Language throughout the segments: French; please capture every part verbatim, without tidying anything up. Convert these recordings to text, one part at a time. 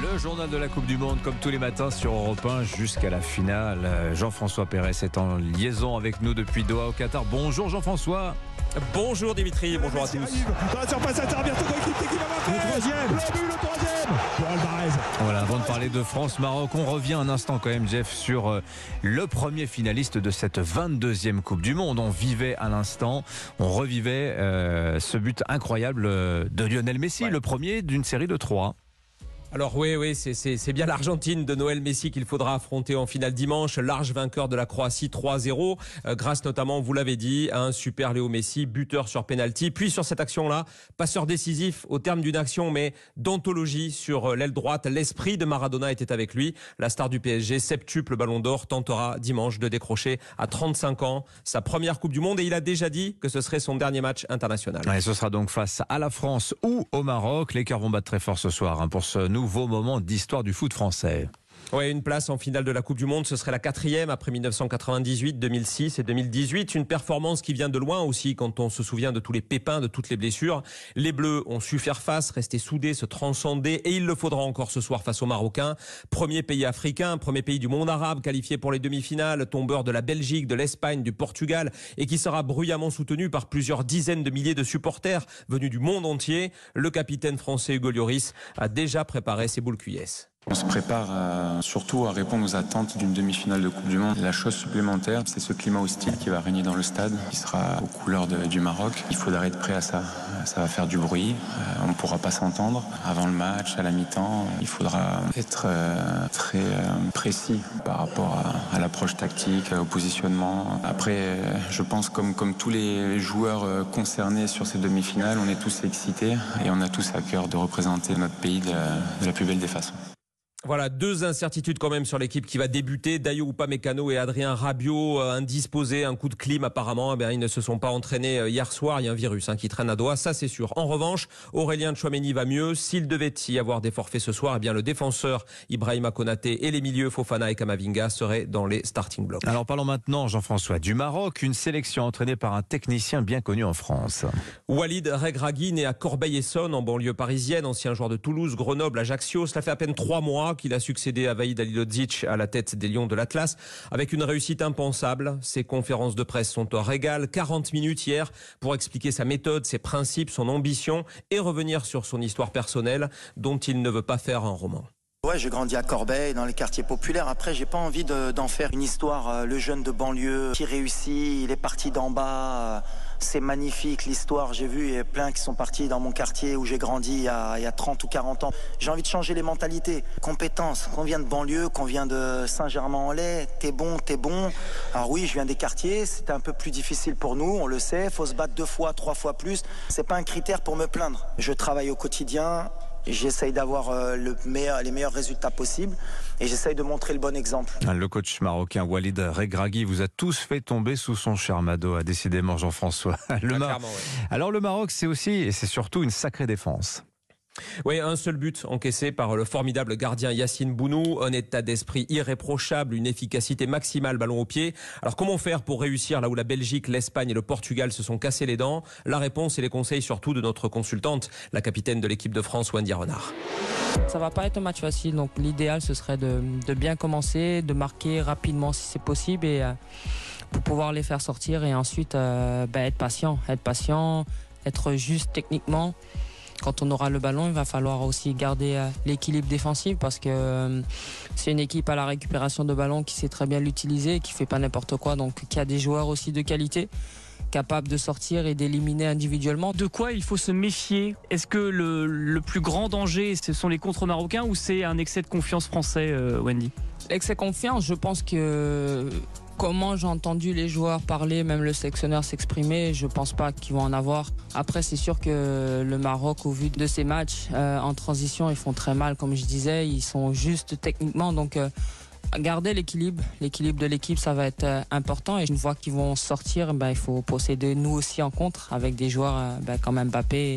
Le journal de la Coupe du Monde, comme tous les matins sur Europe un jusqu'à la finale. Jean-François Perez est en liaison avec nous depuis Doha au Qatar. Bonjour Jean-François. Bonjour Dimitri, bonjour à tous. Dans la surface intérieure, bientôt l'équipe qui va marquer. Le troisième, le but, le troisième pour Alvarez. Voilà, avant de parler de France-Maroc, on revient un instant quand même, Jeff, sur le premier finaliste de cette vingt-deuxième Coupe du Monde. On vivait à l'instant, on revivait euh, ce but incroyable de Lionel Messi, ouais. Le premier d'une série de trois. Alors oui, oui, c'est, c'est, c'est bien l'Argentine de Noël Messi qu'il faudra affronter en finale dimanche. Large vainqueur de la Croatie trois à zéro, euh, grâce notamment, vous l'avez dit, à un super Léo Messi, buteur sur penalty. Puis sur cette action-là, passeur décisif au terme d'une action, mais d'anthologie sur l'aile droite. L'esprit de Maradona était avec lui. La star du P S G, septuple ballon d'or, tentera dimanche de décrocher à trente-cinq ans sa première Coupe du Monde. Et il a déjà dit que ce serait son dernier match international. Et ce sera donc face à la France ou au Maroc. Les cœurs vont battre très fort ce soir hein, pour ce nouveau moment d'histoire du foot français. Ouais, une place en finale de la Coupe du Monde, ce serait la quatrième après mille neuf cent quatre-vingt-dix-huit, deux mille six et deux mille dix-huit. Une performance qui vient de loin aussi quand on se souvient de tous les pépins, de toutes les blessures. Les Bleus ont su faire face, rester soudés, se transcender et il le faudra encore ce soir face aux Marocains. Premier pays africain, premier pays du monde arabe qualifié pour les demi-finales, tombeur de la Belgique, de l'Espagne, du Portugal et qui sera bruyamment soutenu par plusieurs dizaines de milliers de supporters venus du monde entier. Le capitaine français Hugo Lloris a déjà préparé ses boules cuillesses. On se prépare à, surtout à répondre aux attentes d'une demi-finale de Coupe du Monde. La chose supplémentaire, c'est ce climat hostile qui va régner dans le stade, qui sera aux couleurs de, du Maroc. Il faudra être prêt à ça. Ça va faire du bruit, euh, on ne pourra pas s'entendre. Avant le match, à la mi-temps, il faudra être euh, très euh, précis par rapport à, à l'approche tactique, au positionnement. Après, euh, je pense comme, comme tous les joueurs euh, concernés sur ces demi-finales, on est tous excités et on a tous à cœur de représenter notre pays de la, de la plus belle des façons. Voilà, deux incertitudes quand même sur l'équipe qui va débuter. Dayo Upamecano et Adrien Rabiot euh, indisposés, un coup de clim apparemment. Eh bien, ils ne se sont pas entraînés euh, hier soir. Il y a un virus hein, qui traîne à Doha, ça c'est sûr. En revanche, Aurélien Tchouaméni va mieux. S'il devait y avoir des forfaits ce soir, eh bien le défenseur Ibrahima Konaté et les milieux Fofana et Kamavinga seraient dans les starting blocks. Alors parlons maintenant, Jean-François, du Maroc, une sélection entraînée par un technicien bien connu en France. Walid Regragui, né à Corbeil-Essonnes, en banlieue parisienne, ancien joueur de Toulouse, Grenoble, Ajaccio. Cela fait à peine trois mois qu'il a succédé à Vahid Halilodzic à la tête des Lions de l'Atlas avec une réussite impensable. Ses conférences de presse sont au régal. quarante minutes hier pour expliquer sa méthode, ses principes, son ambition et revenir sur son histoire personnelle dont il ne veut pas faire un roman. Ouais, j'ai grandi à Corbeil, dans les quartiers populaires. Après, j'ai pas envie de, d'en faire une histoire. Le jeune de banlieue qui réussit, il est parti d'en bas. C'est magnifique l'histoire. J'ai vu, il y a plein qui sont partis dans mon quartier où j'ai grandi il y a, il y a trente ou quarante ans. J'ai envie de changer les mentalités. Compétences. Qu'on vient de banlieue, qu'on vient de Saint-Germain-en-Laye, t'es bon, t'es bon. Alors oui, je viens des quartiers. C'était un peu plus difficile pour nous, on le sait. Faut se battre deux fois, trois fois plus. C'est pas un critère pour me plaindre. Je travaille au quotidien. J'essaye d'avoir le meilleur, les meilleurs résultats possibles et j'essaye de montrer le bon exemple. Le coach marocain Walid Regragui vous a tous fait tomber sous son charme à Doha, décidément Jean-François. Le ah, Mar... ouais. Alors le Maroc, c'est aussi et c'est surtout une sacrée défense. Oui, un seul but encaissé par le formidable gardien Yacine Bounou, un état d'esprit irréprochable, une efficacité maximale ballon au pied. Alors comment faire pour réussir là où la Belgique, l'Espagne et le Portugal se sont cassés les dents? La réponse et les conseils surtout de notre consultante, la capitaine de l'équipe de France, Wendy Renard. Ça va pas être un match facile, donc l'idéal ce serait de, de bien commencer, de marquer rapidement si c'est possible et euh, pour pouvoir les faire sortir et ensuite euh, bah, être patient, être patient, être juste techniquement. Quand on aura le ballon, il va falloir aussi garder euh, l'équilibre défensif parce que euh, c'est une équipe à la récupération de ballon qui sait très bien l'utiliser, qui fait pas n'importe quoi, donc qui a des joueurs aussi de qualité, capables de sortir et d'éliminer individuellement. De quoi il faut se méfier? Est-ce que le, le plus grand danger, ce sont les contres marocains ou c'est un excès de confiance français, euh, Wendy? Excès de confiance, je pense que... Comment j'ai entendu les joueurs parler, même le sélectionneur s'exprimer, je ne pense pas qu'ils vont en avoir. Après, c'est sûr que le Maroc, au vu de ces matchs, euh, en transition, ils font très mal, comme je disais. Ils sont justes techniquement, donc euh, garder l'équilibre. L'équilibre de l'équipe, ça va être euh, important. Et une fois qu'ils vont sortir, ben, il faut posséder nous aussi en contre, avec des joueurs euh, ben, comme Mbappé et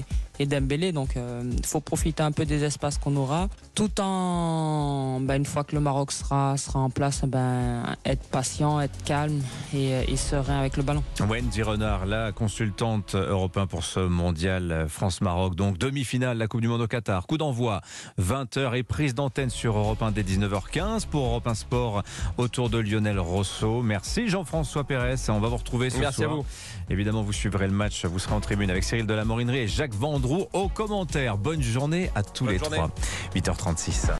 et Dembélé. Donc, il euh, faut profiter un peu des espaces qu'on aura, tout en, ben, une fois que le Maroc sera, sera en place, ben, être patient, être calme et, et serein avec le ballon. Wendy Renard, la consultante européenne pour ce mondial France-Maroc. Donc, demi-finale, la Coupe du Monde au Qatar. Coup d'envoi, vingt heures et prise d'antenne sur Europe un dès dix-neuf heures quinze pour Europe un Sport autour de Lionel Rosso. Merci Jean-François Pérez. On va vous retrouver ce Merci soir. à vous. Évidemment, vous suivrez le match. Vous serez en tribune avec Cyril de la Morinerie et Jacques Vendroux aux commentaires. Bonne journée à tous Bonne les journée. trois. huit heures trente-six.